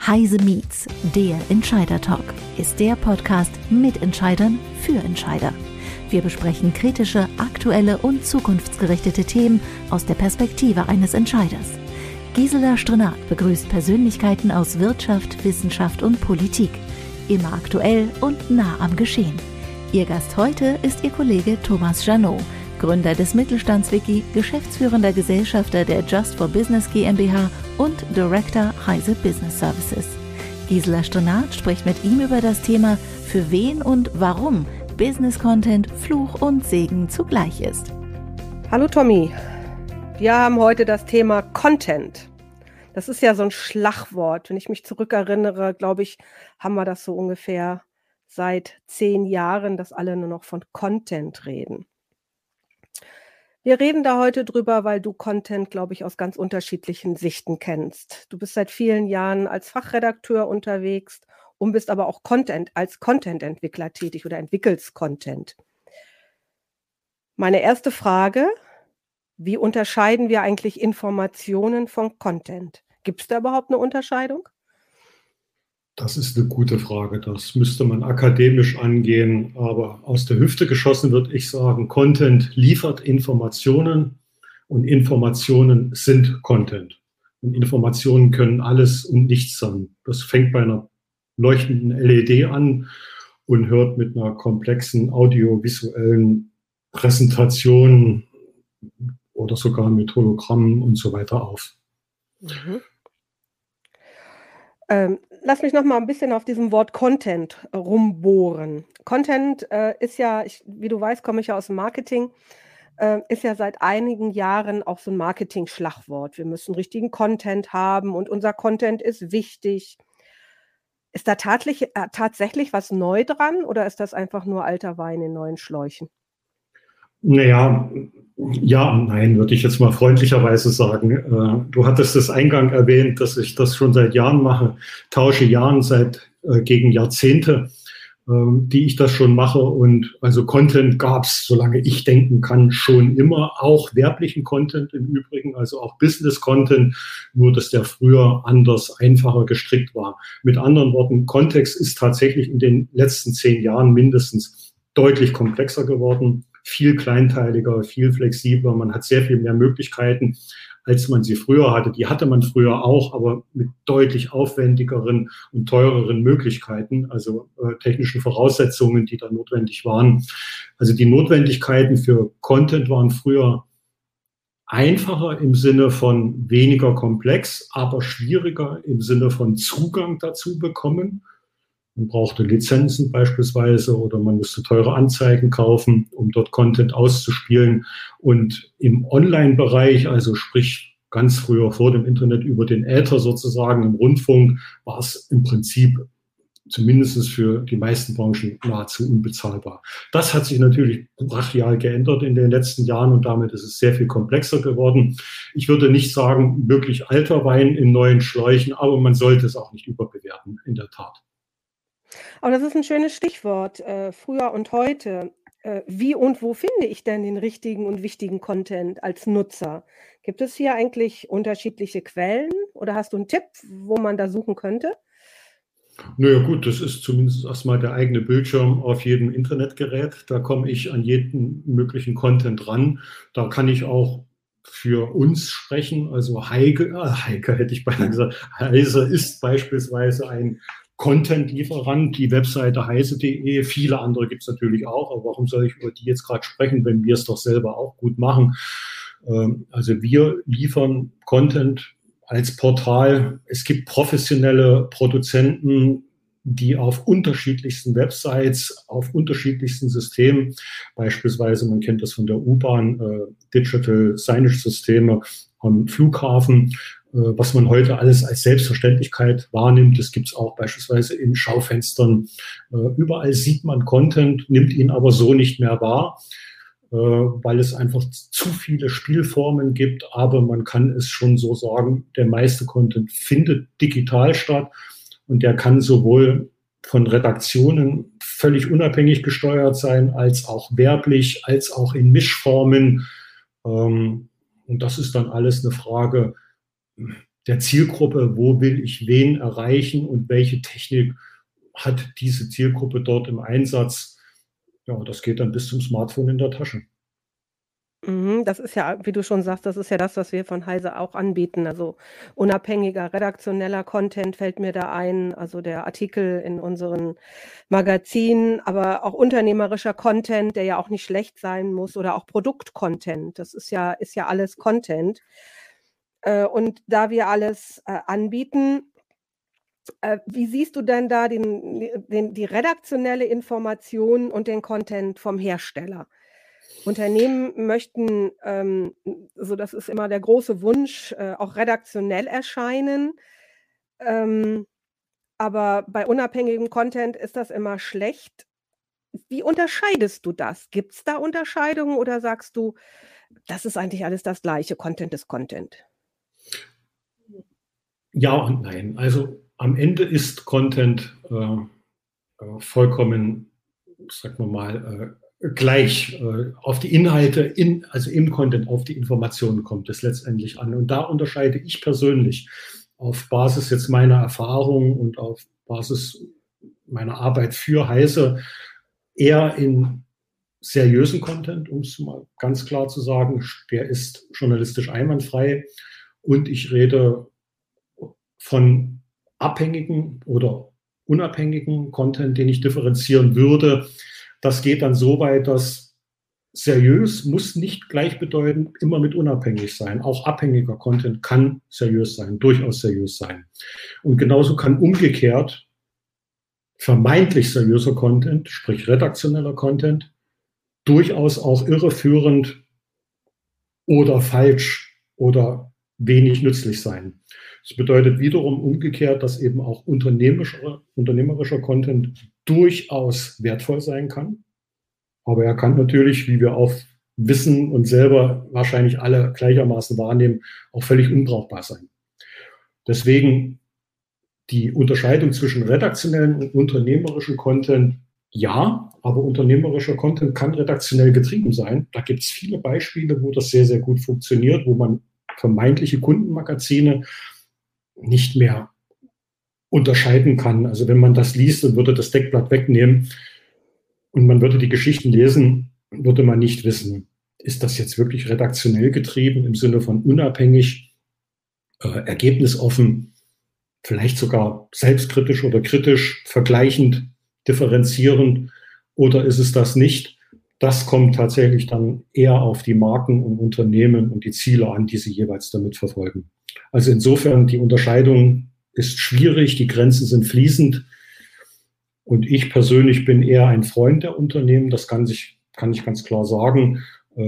Heise Meets, der Entscheider-Talk, ist der Podcast mit Entscheidern für Entscheider. Wir besprechen kritische, aktuelle und zukunftsgerichtete Themen aus der Perspektive eines Entscheiders. Gisela Strenat begrüßt Persönlichkeiten aus Wirtschaft, Wissenschaft und Politik. Immer aktuell und nah am Geschehen. Ihr Gast heute ist Ihr Kollege Thomas Janot, Gründer des Mittelstandswiki, geschäftsführender Gesellschafter der Just for Business GmbH und Director Heise Business Services. Gisela Strenat spricht mit ihm über das Thema, für wen und warum Business Content Fluch und Segen zugleich ist. Hallo Tommy, wir haben heute das Thema Content. Das ist ja so ein Schlagwort. Wenn ich mich zurückerinnere, glaube ich, haben wir das so ungefähr seit 10 Jahren, dass alle nur noch von Content reden. Wir reden da heute drüber, weil du Content, glaube ich, aus ganz unterschiedlichen Sichten kennst. Du bist seit vielen Jahren als Fachredakteur unterwegs und bist aber auch als Content-Entwickler tätig oder entwickelst Content. Meine erste Frage: Wie unterscheiden wir eigentlich Informationen von Content? Gibt es da überhaupt eine Unterscheidung? Das ist eine gute Frage. Das müsste man akademisch angehen. Aber aus der Hüfte geschossen würde ich sagen, Content liefert Informationen und Informationen sind Content. Und Informationen können alles und nichts sein. Das fängt bei einer leuchtenden LED an und hört mit einer komplexen audiovisuellen Präsentation oder sogar mit Hologrammen und so weiter auf. Mhm. Lass mich noch mal ein bisschen auf diesem Wort Content rumbohren. Content ist ja, wie du weißt, komme ich ja aus dem Marketing, ist ja seit einigen Jahren auch so ein Marketing-Schlagwort. Wir müssen richtigen Content haben und unser Content ist wichtig. Ist da tatsächlich was neu dran oder ist das einfach nur alter Wein in neuen Schläuchen? Naja, ja und nein, würde ich jetzt mal freundlicherweise sagen. Du hattest es eingangs erwähnt, dass ich das schon seit Jahren mache, tausche Jahren gegen Jahrzehnte, die ich das schon mache. Und also Content gab es, solange ich denken kann, schon immer, auch werblichen Content im Übrigen, also auch Business-Content, nur dass der früher anders, einfacher gestrickt war. Mit anderen Worten, Kontext ist tatsächlich in den letzten 10 Jahren mindestens deutlich komplexer geworden, viel kleinteiliger, viel flexibler. Man hat sehr viel mehr Möglichkeiten, als man sie früher hatte. Die hatte man früher auch, aber mit deutlich aufwendigeren und teureren Möglichkeiten, also technischen Voraussetzungen, die da notwendig waren. Also die Notwendigkeiten für Content waren früher einfacher im Sinne von weniger komplex, aber schwieriger im Sinne von Zugang dazu bekommen. Man brauchte Lizenzen beispielsweise oder man musste teure Anzeigen kaufen, um dort Content auszuspielen. Und im Online-Bereich, also sprich ganz früher vor dem Internet über den Äther sozusagen, im Rundfunk, war es im Prinzip zumindest für die meisten Branchen nahezu unbezahlbar. Das hat sich natürlich brachial geändert in den letzten Jahren und damit ist es sehr viel komplexer geworden. Ich würde nicht sagen, wirklich alter Wein in neuen Schläuchen, aber man sollte es auch nicht überbewerten, in der Tat. Aber das ist ein schönes Stichwort, früher und heute. Wie und wo finde ich denn den richtigen und wichtigen Content als Nutzer? Gibt es hier eigentlich unterschiedliche Quellen oder hast du einen Tipp, wo man da suchen könnte? Naja gut, das ist zumindest erstmal der eigene Bildschirm auf jedem Internetgerät. Da komme ich an jeden möglichen Content ran. Da kann ich auch für uns sprechen. Also Heike hätte ich beinahe gesagt, Heise ist beispielsweise ein Content-Lieferant, die Webseite heise.de, viele andere gibt es natürlich auch, aber warum soll ich über die jetzt gerade sprechen, wenn wir es doch selber auch gut machen? Also wir liefern Content als Portal. Es gibt professionelle Produzenten, die auf unterschiedlichsten Websites, auf unterschiedlichsten Systemen, beispielsweise, man kennt das von der U-Bahn, Digital Signage-Systeme am Flughafen, was man heute alles als Selbstverständlichkeit wahrnimmt. Das gibt es auch beispielsweise in Schaufenstern. Überall sieht man Content, nimmt ihn aber so nicht mehr wahr, weil es einfach zu viele Spielformen gibt. Aber man kann es schon so sagen, der meiste Content findet digital statt und der kann sowohl von Redaktionen völlig unabhängig gesteuert sein, als auch werblich, als auch in Mischformen. Und das ist dann alles eine Frage der Zielgruppe, wo will ich wen erreichen und welche Technik hat diese Zielgruppe dort im Einsatz. Ja, das geht dann bis zum Smartphone in der Tasche. Das ist ja, wie du schon sagst, das ist ja das, was wir von Heise auch anbieten. Also unabhängiger redaktioneller Content fällt mir da ein, also der Artikel in unseren Magazinen, aber auch unternehmerischer Content, der ja auch nicht schlecht sein muss, oder auch Produktcontent. Das ist ja alles Content. Und da wir alles anbieten, wie siehst du denn da die redaktionelle Information und den Content vom Hersteller? Unternehmen möchten, so das ist immer der große Wunsch, auch redaktionell erscheinen. Aber bei unabhängigem Content ist das immer schlecht. Wie unterscheidest du das? Gibt es da Unterscheidungen oder sagst du, das ist eigentlich alles das Gleiche, Content ist Content? Ja und nein. Also am Ende ist Content vollkommen, sagen wir mal, gleich. Auf die Inhalte, also im Content, auf die Informationen kommt es letztendlich an. Und da unterscheide ich persönlich auf Basis jetzt meiner Erfahrung und auf Basis meiner Arbeit für Heise eher in seriösen Content, um es mal ganz klar zu sagen. Der ist journalistisch einwandfrei und ich rede von abhängigen oder unabhängigen Content, den ich differenzieren würde. Das geht dann so weit, dass seriös muss nicht gleichbedeutend immer mit unabhängig sein. Auch abhängiger Content kann seriös sein, durchaus seriös sein. Und genauso kann umgekehrt vermeintlich seriöser Content, sprich redaktioneller Content, durchaus auch irreführend oder falsch oder wenig nützlich sein. Das bedeutet wiederum umgekehrt, dass eben auch unternehmerischer Content durchaus wertvoll sein kann. Aber er kann natürlich, wie wir auch wissen und selber wahrscheinlich alle gleichermaßen wahrnehmen, auch völlig unbrauchbar sein. Deswegen die Unterscheidung zwischen redaktionellen und unternehmerischen Content, ja, aber unternehmerischer Content kann redaktionell getrieben sein. Da gibt es viele Beispiele, wo das sehr, sehr gut funktioniert, wo man vermeintliche Kundenmagazine nicht mehr unterscheiden kann. Also wenn man das liest und würde das Deckblatt wegnehmen und man würde die Geschichten lesen, würde man nicht wissen, ist das jetzt wirklich redaktionell getrieben im Sinne von unabhängig, ergebnisoffen, vielleicht sogar selbstkritisch oder kritisch, vergleichend, differenzierend, oder ist es das nicht? Das kommt tatsächlich dann eher auf die Marken und Unternehmen und die Ziele an, die sie jeweils damit verfolgen. Also insofern, die Unterscheidung ist schwierig, die Grenzen sind fließend und ich persönlich bin eher ein Freund der Unternehmen, das kann ich ganz klar sagen.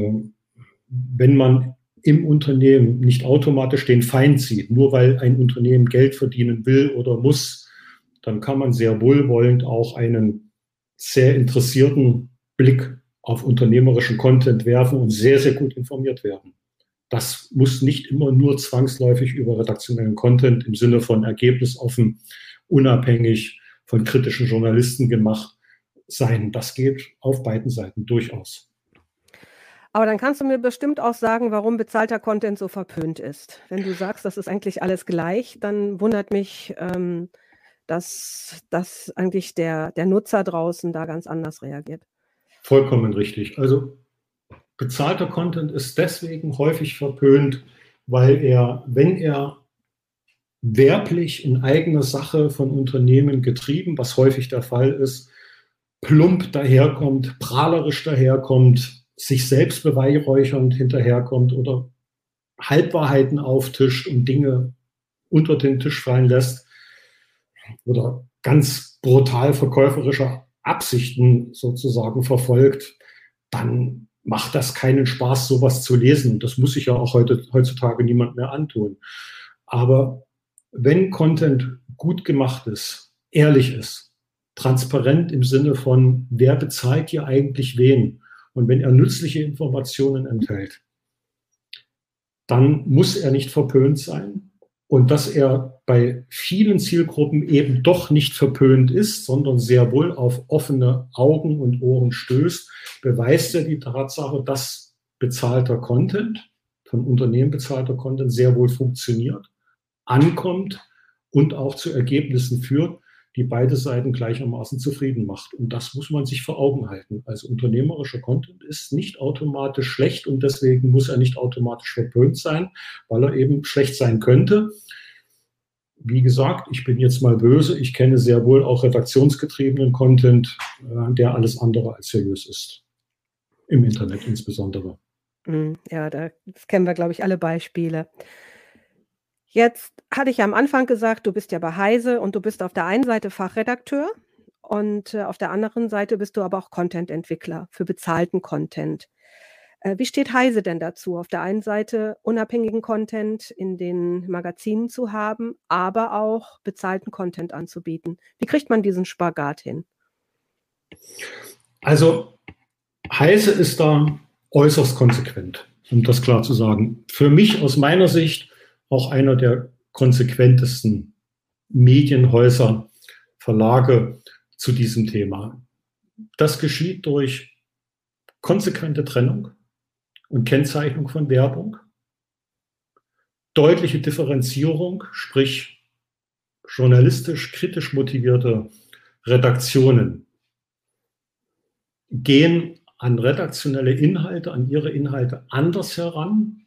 Wenn man im Unternehmen nicht automatisch den Feind sieht, nur weil ein Unternehmen Geld verdienen will oder muss, dann kann man sehr wohlwollend auch einen sehr interessierten Blick auf unternehmerischen Content werfen und sehr, sehr gut informiert werden. Das muss nicht immer nur zwangsläufig über redaktionellen Content im Sinne von ergebnisoffen, unabhängig von kritischen Journalisten gemacht sein. Das geht auf beiden Seiten durchaus. Aber dann kannst du mir bestimmt auch sagen, warum bezahlter Content so verpönt ist. Wenn du sagst, das ist eigentlich alles gleich, dann wundert mich, dass eigentlich der Nutzer draußen da ganz anders reagiert. Vollkommen richtig. Also bezahlter Content ist deswegen häufig verpönt, weil er, wenn er werblich in eigener Sache von Unternehmen getrieben, was häufig der Fall ist, plump daherkommt, prahlerisch daherkommt, sich selbst beweihräuchernd hinterherkommt oder Halbwahrheiten auftischt und Dinge unter den Tisch fallen lässt oder ganz brutal verkäuferische Absichten sozusagen verfolgt, dann macht das keinen Spaß, sowas zu lesen. Und das muss sich ja auch heutzutage niemand mehr antun. Aber wenn Content gut gemacht ist, ehrlich ist, transparent im Sinne von, wer bezahlt hier eigentlich wen? Und wenn er nützliche Informationen enthält, dann muss er nicht verpönt sein. Und dass er bei vielen Zielgruppen eben doch nicht verpönt ist, sondern sehr wohl auf offene Augen und Ohren stößt, beweist ja die Tatsache, dass bezahlter Content, von Unternehmen bezahlter Content sehr wohl funktioniert, ankommt und auch zu Ergebnissen führt, die beide Seiten gleichermaßen zufrieden macht. Und das muss man sich vor Augen halten. Also unternehmerischer Content ist nicht automatisch schlecht und deswegen muss er nicht automatisch verpönt sein, weil er eben schlecht sein könnte. Wie gesagt, ich bin jetzt mal böse. Ich kenne sehr wohl auch redaktionsgetriebenen Content, der alles andere als seriös ist. Im Internet insbesondere. Ja, das kennen wir, glaube ich, alle Beispiele. Jetzt hatte ich ja am Anfang gesagt, du bist ja bei Heise und du bist auf der einen Seite Fachredakteur und auf der anderen Seite bist du aber auch Content-Entwickler für bezahlten Content. Wie steht Heise denn dazu, auf der einen Seite unabhängigen Content in den Magazinen zu haben, aber auch bezahlten Content anzubieten? Wie kriegt man diesen Spagat hin? Also Heise ist da äußerst konsequent, um das klar zu sagen. Für mich aus meiner Sicht auch einer der konsequentesten Medienhäuser, Verlage zu diesem Thema. Das geschieht durch konsequente Trennung und Kennzeichnung von Werbung, deutliche Differenzierung, sprich journalistisch kritisch motivierte Redaktionen gehen an redaktionelle Inhalte, an ihre Inhalte anders heran,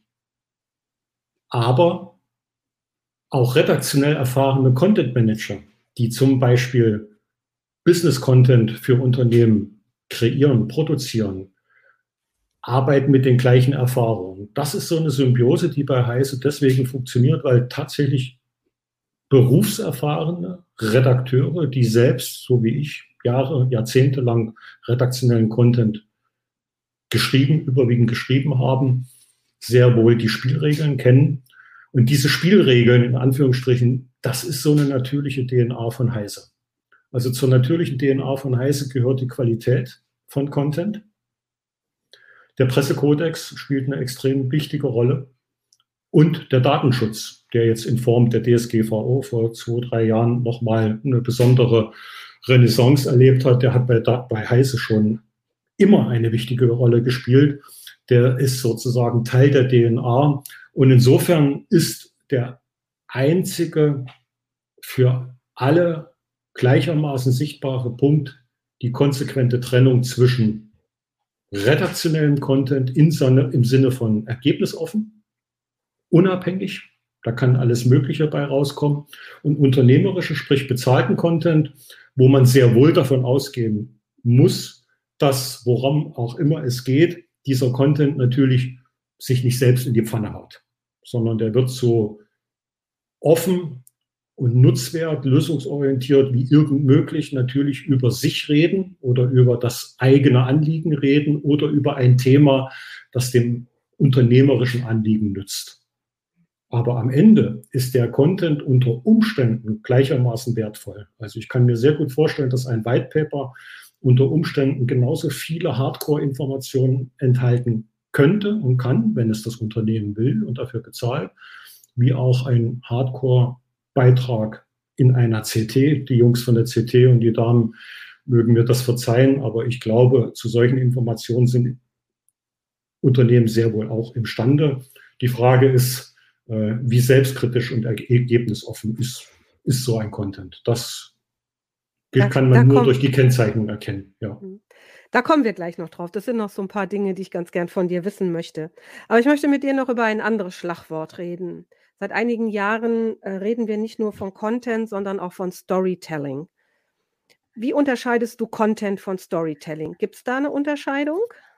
aber auch redaktionell erfahrene Content Manager, die zum Beispiel Business Content für Unternehmen kreieren, produzieren, arbeiten mit den gleichen Erfahrungen. Das ist so eine Symbiose, die bei Heise deswegen funktioniert, weil tatsächlich berufserfahrene Redakteure, die selbst, so wie ich, Jahrzehnte lang redaktionellen Content überwiegend geschrieben haben, sehr wohl die Spielregeln kennen. Und diese Spielregeln, in Anführungsstrichen, das ist so eine natürliche DNA von Heise. Also zur natürlichen DNA von Heise gehört die Qualität von Content. Der Pressekodex spielt eine extrem wichtige Rolle. Und der Datenschutz, der jetzt in Form der DSGVO vor 2-3 Jahren nochmal eine besondere Renaissance erlebt hat, der hat bei Heise schon immer eine wichtige Rolle gespielt. Der ist sozusagen Teil der DNA. Und insofern ist der einzige für alle gleichermaßen sichtbare Punkt die konsequente Trennung zwischen redaktionellem Content im Sinne von ergebnisoffen, unabhängig, da kann alles Mögliche bei rauskommen, und unternehmerischen, sprich bezahlten Content, wo man sehr wohl davon ausgehen muss, dass, worum auch immer es geht, dieser Content natürlich sich nicht selbst in die Pfanne haut, sondern der wird so offen und nutzwert, lösungsorientiert wie irgend möglich natürlich über sich reden oder über das eigene Anliegen reden oder über ein Thema, das dem unternehmerischen Anliegen nützt. Aber am Ende ist der Content unter Umständen gleichermaßen wertvoll. Also ich kann mir sehr gut vorstellen, dass ein White Paper unter Umständen genauso viele Hardcore-Informationen enthalten könnte und kann, wenn es das Unternehmen will und dafür bezahlt, wie auch ein Hardcore-Beitrag in einer CT. Die Jungs von der CT und die Damen mögen mir das verzeihen, aber ich glaube, zu solchen Informationen sind Unternehmen sehr wohl auch imstande. Die Frage ist, wie selbstkritisch und ergebnisoffen ist so ein Content. Das kann man nur durch die Kennzeichnung erkennen. Ja. Da kommen wir gleich noch drauf. Das sind noch so ein paar Dinge, die ich ganz gern von dir wissen möchte. Aber ich möchte mit dir noch über ein anderes Schlagwort reden. Seit einigen Jahren reden wir nicht nur von Content, sondern auch von Storytelling. Wie unterscheidest du Content von Storytelling? Gibt es da eine Unterscheidung?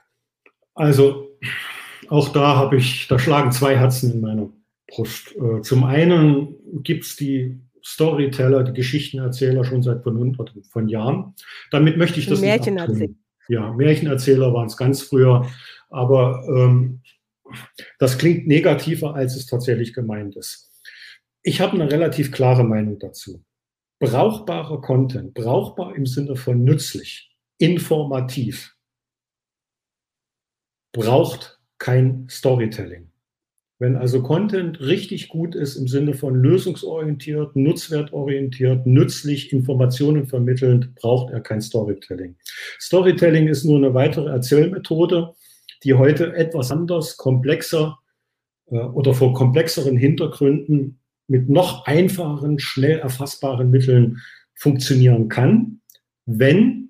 Also auch da schlagen zwei Herzen in meiner Brust. Zum einen gibt es die Storyteller, die Geschichtenerzähler schon seit Hunderten von Jahren. Damit möchte ich das nicht abtun. Ja, Märchenerzähler waren es ganz früher, aber das klingt negativer, als es tatsächlich gemeint ist. Ich habe eine relativ klare Meinung dazu. Brauchbarer Content, brauchbar im Sinne von nützlich, informativ, braucht kein Storytelling. Wenn also Content richtig gut ist im Sinne von lösungsorientiert, nutzwertorientiert, nützlich, Informationen vermittelnd, braucht er kein Storytelling. Storytelling ist nur eine weitere Erzählmethode, die heute etwas anders, komplexer oder vor komplexeren Hintergründen mit noch einfacheren, schnell erfassbaren Mitteln funktionieren kann, wenn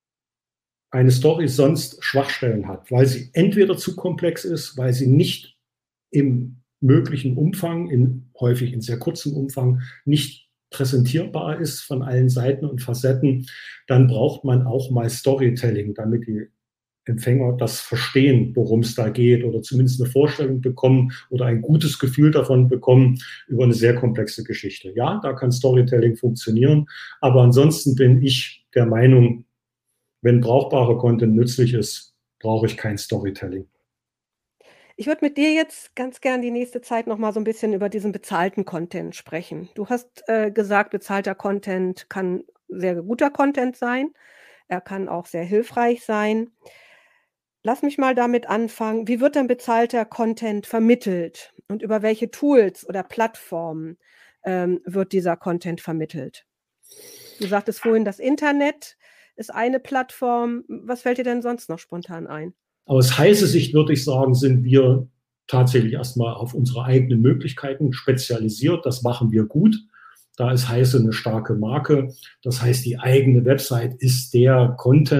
eine Story sonst Schwachstellen hat, weil sie entweder zu komplex ist, weil sie nicht im möglichen Umfang, häufig in sehr kurzem Umfang, nicht präsentierbar ist von allen Seiten und Facetten, dann braucht man auch mal Storytelling, damit die Empfänger das verstehen, worum es da geht oder zumindest eine Vorstellung bekommen oder ein gutes Gefühl davon bekommen über eine sehr komplexe Geschichte. Ja, da kann Storytelling funktionieren, aber ansonsten bin ich der Meinung, wenn brauchbarer Content nützlich ist, brauche ich kein Storytelling. Ich würde mit dir jetzt ganz gern die nächste Zeit noch mal so ein bisschen über diesen bezahlten Content sprechen. Du hast, gesagt, bezahlter Content kann sehr guter Content sein. Er kann auch sehr hilfreich sein. Lass mich mal damit anfangen. Wie wird denn bezahlter Content vermittelt und über welche Tools oder Plattformen, wird dieser Content vermittelt? Du sagtest vorhin, das Internet ist eine Plattform. Was fällt dir denn sonst noch spontan ein? Aus heißer Sicht würde ich sagen, sind wir tatsächlich erstmal auf unsere eigenen Möglichkeiten spezialisiert. Das machen wir gut. Da ist Heiße eine starke Marke. Das heißt, die eigene Website ist der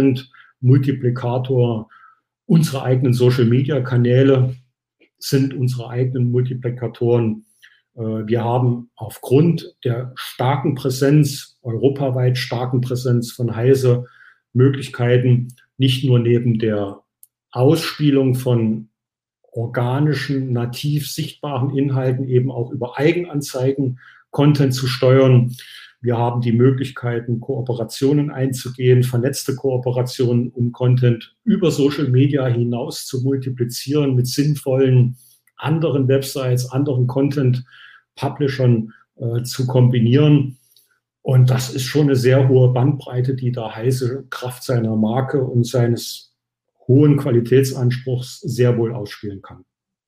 Content-Multiplikator. Unsere eigenen Social-Media-Kanäle sind unsere eigenen Multiplikatoren. Wir haben aufgrund der starken Präsenz, europaweit starken Präsenz von Heiße, Möglichkeiten, nicht nur neben der Ausspielung von organischen, nativ sichtbaren Inhalten eben auch über Eigenanzeigen Content zu steuern. Wir haben die Möglichkeiten, Kooperationen einzugehen, vernetzte Kooperationen, um Content über Social Media hinaus zu multiplizieren mit sinnvollen anderen Websites, anderen Content-Publishern zu kombinieren. Und das ist schon eine sehr hohe Bandbreite, die da Heiße Kraft seiner Marke und seines hohen Qualitätsanspruchs sehr wohl ausspielen kann.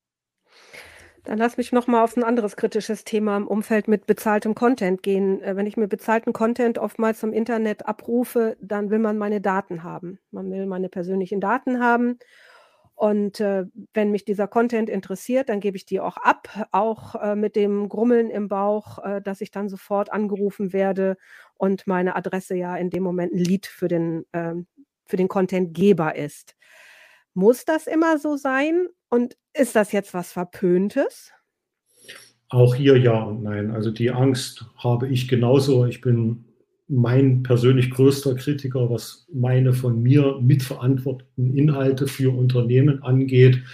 Dann lass mich noch mal auf ein anderes kritisches Thema im Umfeld mit bezahltem Content gehen. Wenn ich mir bezahlten Content oftmals im Internet abrufe, dann will man meine Daten haben. Man will meine persönlichen Daten haben. Und, wenn mich dieser Content interessiert, dann gebe ich die auch ab, auch, mit dem Grummeln im Bauch, dass ich dann sofort angerufen werde und meine Adresse ja in dem Moment 'n Lead für den Contentgeber ist. Muss das immer so sein? Und ist das jetzt was Verpöntes? Auch hier ja und nein. Also die Angst habe ich genauso. Ich bin mein persönlich größter Kritiker, was meine von mir mitverantworteten Inhalte für Unternehmen angeht.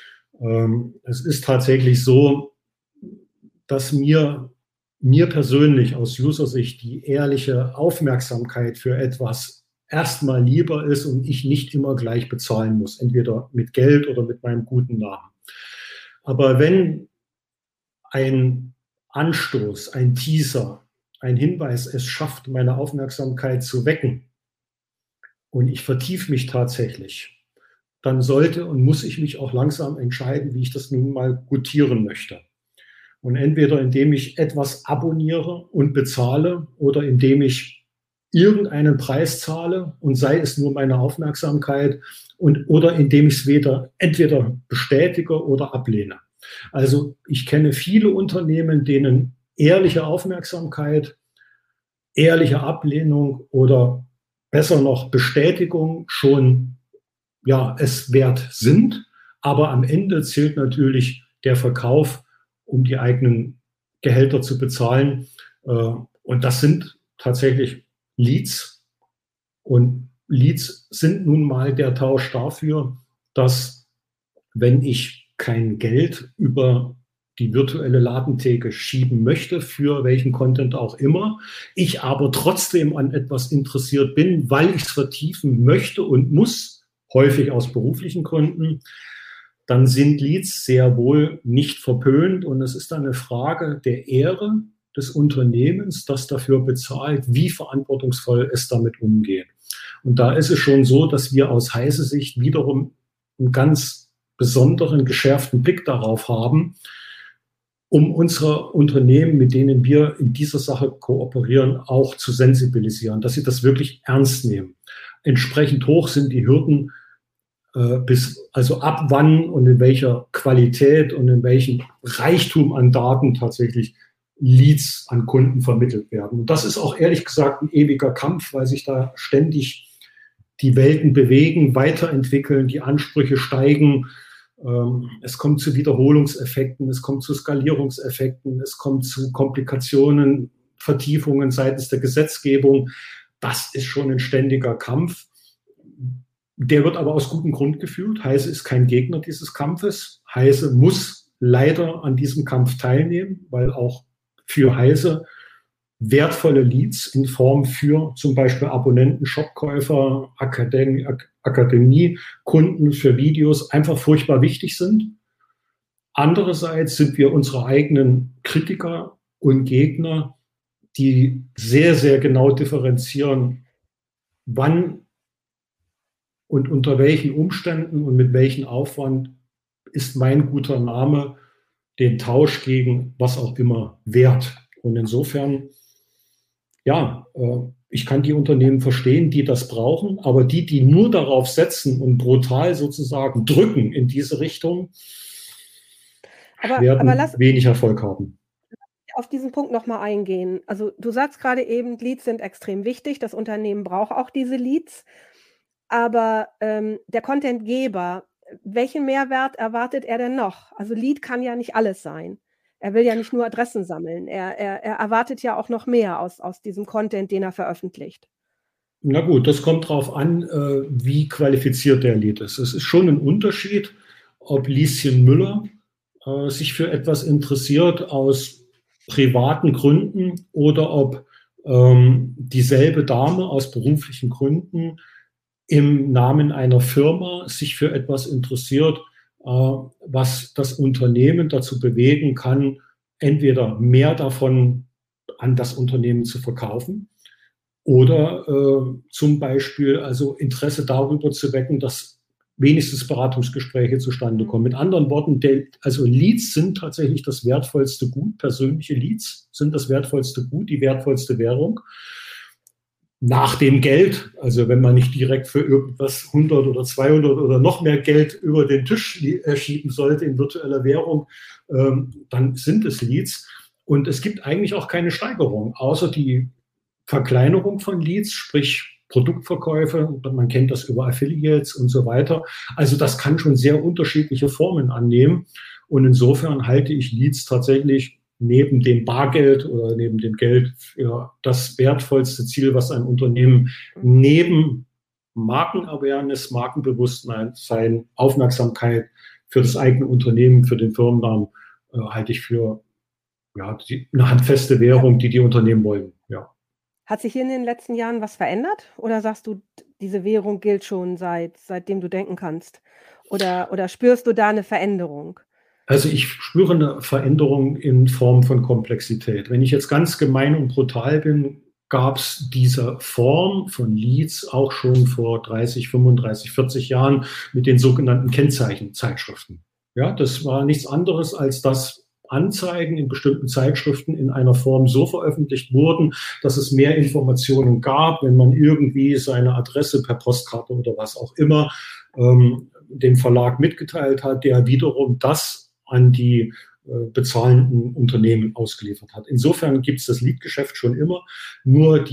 Es ist tatsächlich so, dass mir persönlich aus User-Sicht die ehrliche Aufmerksamkeit für etwas erstmal lieber ist und ich nicht immer gleich bezahlen muss, entweder mit Geld oder mit meinem guten Namen. Aber wenn ein Anstoß, ein Teaser, ein Hinweis es schafft, meine Aufmerksamkeit zu wecken und ich vertiefe mich tatsächlich, dann sollte und muss ich mich auch langsam entscheiden, wie ich das nun mal gutieren möchte. Und entweder indem ich etwas abonniere und bezahle oder indem ich irgendeinen Preis zahle und sei es nur meine Aufmerksamkeit oder indem ich es entweder bestätige oder ablehne. Also ich kenne viele Unternehmen, denen ehrliche Aufmerksamkeit, ehrliche Ablehnung oder besser noch Bestätigung schon es wert sind. Aber am Ende zählt natürlich der Verkauf, um die eigenen Gehälter zu bezahlen. Und das sind tatsächlich Leads. Und Leads sind nun mal der Tausch dafür, dass wenn ich kein Geld über die virtuelle Ladentheke schieben möchte, für welchen Content auch immer, ich aber trotzdem an etwas interessiert bin, weil ich es vertiefen möchte und muss, häufig aus beruflichen Gründen, dann sind Leads sehr wohl nicht verpönt und es ist dann eine Frage der Ehre des Unternehmens, das dafür bezahlt, wie verantwortungsvoll es damit umgeht. Und da ist es schon so, dass wir aus Heiße Sicht wiederum einen ganz besonderen, geschärften Blick darauf haben, um unsere Unternehmen, mit denen wir in dieser Sache kooperieren, auch zu sensibilisieren, dass sie das wirklich ernst nehmen. Entsprechend hoch sind die Hürden, also ab wann und in welcher Qualität und in welchem Reichtum an Daten tatsächlich Leads an Kunden vermittelt werden. Und das ist auch ehrlich gesagt ein ewiger Kampf, weil sich da ständig die Welten bewegen, weiterentwickeln, die Ansprüche steigen. Es kommt zu Wiederholungseffekten, es kommt zu Skalierungseffekten, es kommt zu Komplikationen, Vertiefungen seitens der Gesetzgebung. Das ist schon ein ständiger Kampf. Der wird aber aus gutem Grund geführt. Heise ist kein Gegner dieses Kampfes. Heise muss leider an diesem Kampf teilnehmen, weil auch für Heise wertvolle Leads in Form für zum Beispiel Abonnenten, Shopkäufer, Akademie, Kunden für Videos einfach furchtbar wichtig sind. Andererseits sind wir unsere eigenen Kritiker und Gegner, die sehr, sehr genau differenzieren, wann und unter welchen Umständen und mit welchem Aufwand ist mein guter Name den Tausch gegen was auch immer wert. Und insofern, ja, ich kann die Unternehmen verstehen, die das brauchen, aber die nur darauf setzen und brutal sozusagen drücken in diese Richtung, werden wenig Erfolg haben. Auf diesen Punkt nochmal eingehen. Also du sagst gerade eben, Leads sind extrem wichtig, das Unternehmen braucht auch diese Leads, aber der Contentgeber, welchen Mehrwert erwartet er denn noch? Also Lead kann ja nicht alles sein. Er will ja nicht nur Adressen sammeln. Er erwartet ja auch noch mehr aus diesem Content, den er veröffentlicht. Na gut, das kommt darauf an, wie qualifiziert der Lead ist. Es ist schon ein Unterschied, ob Lieschen Müller sich für etwas interessiert aus privaten Gründen oder ob dieselbe Dame aus beruflichen Gründen im Namen einer Firma sich für etwas interessiert, was das Unternehmen dazu bewegen kann, entweder mehr davon an das Unternehmen zu verkaufen oder zum Beispiel also Interesse darüber zu wecken, dass wenigstens Beratungsgespräche zustande kommen. Mit anderen Worten, also Leads sind tatsächlich das wertvollste Gut, persönliche Leads sind das wertvollste Gut, die wertvollste Währung. Nach dem Geld, also wenn man nicht direkt für irgendwas 100 oder 200 oder noch mehr Geld über den Tisch schieben sollte in virtueller Währung, dann sind es Leads. Und es gibt eigentlich auch keine Steigerung, außer die Verkleinerung von Leads, sprich Produktverkäufe. Man kennt das über Affiliates und so weiter. Also das kann schon sehr unterschiedliche Formen annehmen. Und insofern halte ich Leads tatsächlich neben dem Bargeld oder neben dem Geld für das wertvollste Ziel, was ein Unternehmen neben Markenawareness, Markenbewusstsein, Aufmerksamkeit für das eigene Unternehmen, für den Firmennamen, halte ich für eine handfeste Währung, die Unternehmen wollen. Ja. Hat sich hier in den letzten Jahren was verändert? Oder sagst du, diese Währung gilt schon seitdem du denken kannst? Oder spürst du da eine Veränderung? Also ich spüre eine Veränderung in Form von Komplexität. Wenn ich jetzt ganz gemein und brutal bin, gab es diese Form von Leads auch schon vor 30, 35, 40 Jahren mit den sogenannten Kennzeichenzeitschriften. Ja, das war nichts anderes, als dass Anzeigen in bestimmten Zeitschriften in einer Form so veröffentlicht wurden, dass es mehr Informationen gab, wenn man irgendwie seine Adresse per Postkarte oder was auch immer dem Verlag mitgeteilt hat, der wiederum das an die bezahlenden Unternehmen ausgeliefert hat. Insofern gibt es das Lead-Geschäft schon immer, nur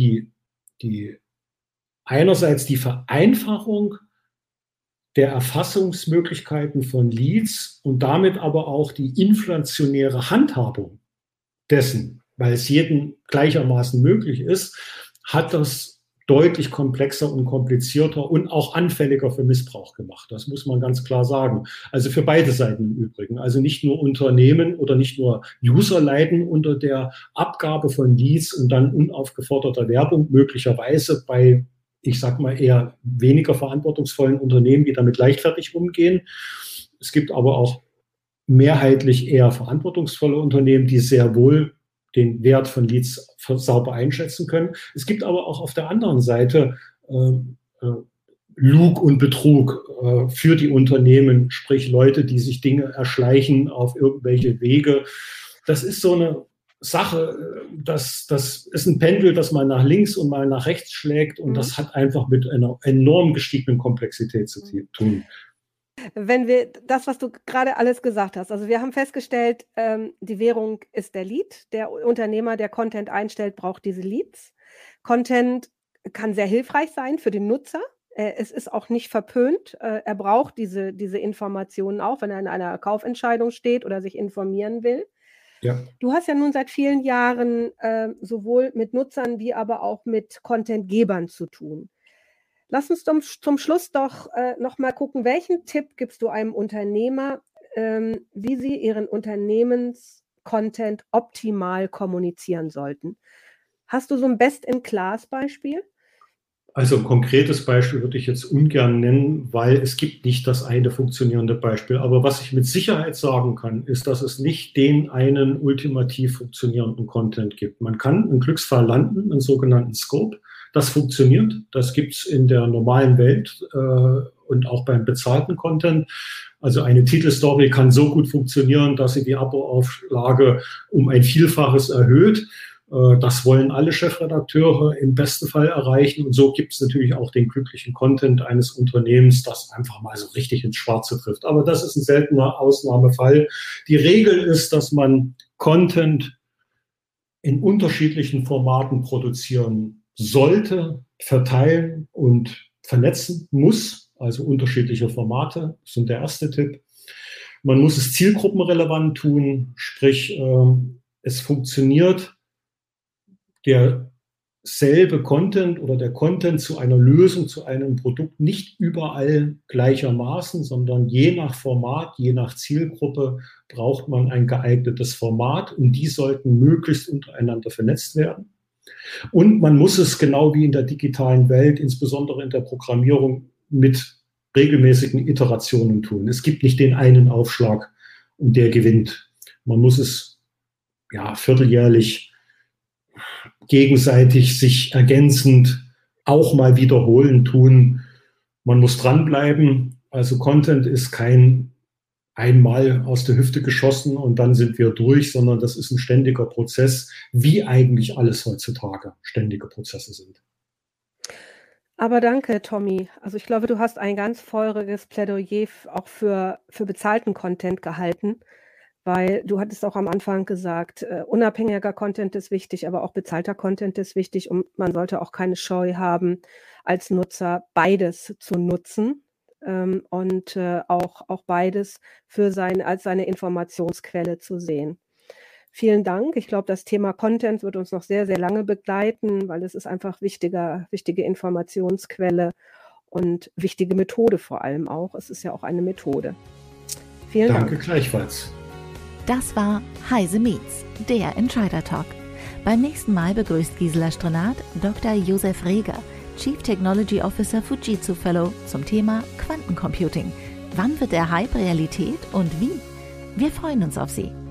einerseits die Vereinfachung der Erfassungsmöglichkeiten von Leads und damit aber auch die inflationäre Handhabung dessen, weil es jedem gleichermaßen möglich ist, hat das deutlich komplexer und komplizierter und auch anfälliger für Missbrauch gemacht. Das muss man ganz klar sagen. Also für beide Seiten im Übrigen. Also nicht nur Unternehmen oder nicht nur User leiden unter der Abgabe von Leads und dann unaufgeforderter Werbung, möglicherweise bei, ich sag mal, eher weniger verantwortungsvollen Unternehmen, die damit leichtfertig umgehen. Es gibt aber auch mehrheitlich eher verantwortungsvolle Unternehmen, die sehr wohl den Wert von Leads sauber einschätzen können. Es gibt aber auch auf der anderen Seite Lug und Betrug für die Unternehmen, sprich Leute, die sich Dinge erschleichen auf irgendwelche Wege. Das ist so eine Sache, das ist ein Pendel, das mal nach links und mal nach rechts schlägt und das hat einfach mit einer enorm gestiegenen Komplexität zu tun. wenn wir das, was du gerade alles gesagt hast, also wir haben festgestellt, die Währung ist der Lead. Der Unternehmer, der Content einstellt, braucht diese Leads. Content kann sehr hilfreich sein für den Nutzer. Es ist auch nicht verpönt. Er braucht diese Informationen auch, wenn er in einer Kaufentscheidung steht oder sich informieren will. Ja. Du hast ja nun seit vielen Jahren sowohl mit Nutzern wie aber auch mit Contentgebern zu tun. Lass uns zum Schluss doch noch mal gucken, welchen Tipp gibst du einem Unternehmer, wie sie ihren Unternehmens-Content optimal kommunizieren sollten? Hast du so ein Best-in-Class-Beispiel? Also ein konkretes Beispiel würde ich jetzt ungern nennen, weil es gibt nicht das eine funktionierende Beispiel. Aber was ich mit Sicherheit sagen kann, ist, dass es nicht den einen ultimativ funktionierenden Content gibt. Man kann im Glücksfall landen, einen sogenannten Scope. Das funktioniert. Das gibt es in der normalen Welt und auch beim bezahlten Content. Also eine Titelstory kann so gut funktionieren, dass sie die Abo-Auflage um ein Vielfaches erhöht. Das wollen alle Chefredakteure im besten Fall erreichen. Und so gibt es natürlich auch den glücklichen Content eines Unternehmens, das einfach mal so richtig ins Schwarze trifft. Aber das ist ein seltener Ausnahmefall. Die Regel ist, dass man Content in unterschiedlichen Formaten produzieren sollte, verteilen und vernetzen muss. Also unterschiedliche Formate sind der erste Tipp. Man muss es zielgruppenrelevant tun, sprich, es funktioniert derselbe Content oder der Content zu einer Lösung, zu einem Produkt nicht überall gleichermaßen, sondern je nach Format, je nach Zielgruppe braucht man ein geeignetes Format und die sollten möglichst untereinander vernetzt werden. Und man muss es genau wie in der digitalen Welt, insbesondere in der Programmierung, mit regelmäßigen Iterationen tun. Es gibt nicht den einen Aufschlag und der gewinnt. Man muss es vierteljährlich gegenseitig sich ergänzend auch mal wiederholen tun. Man muss dranbleiben. Also Content ist kein einmal aus der Hüfte geschossen und dann sind wir durch, sondern das ist ein ständiger Prozess, wie eigentlich alles heutzutage ständige Prozesse sind. Aber danke, Tommy. Also ich glaube, du hast ein ganz feuriges Plädoyer auch für bezahlten Content gehalten, weil du hattest auch am Anfang gesagt, unabhängiger Content ist wichtig, aber auch bezahlter Content ist wichtig und man sollte auch keine Scheu haben, als Nutzer beides zu nutzen und auch beides als seine Informationsquelle zu sehen. Vielen Dank. Ich glaube, das Thema Content wird uns noch sehr, sehr lange begleiten, weil es ist einfach wichtige Informationsquelle und wichtige Methode vor allem auch. Es ist ja auch eine Methode. Vielen Dank. Danke gleichfalls. Das war Heise Meets, der Entscheider Talk. Beim nächsten Mal begrüßt Gisela Strenat Dr. Josef Reger, Chief Technology Officer Fujitsu Fellow zum Thema Quantencomputing. Wann wird der Hype Realität und wie? Wir freuen uns auf Sie.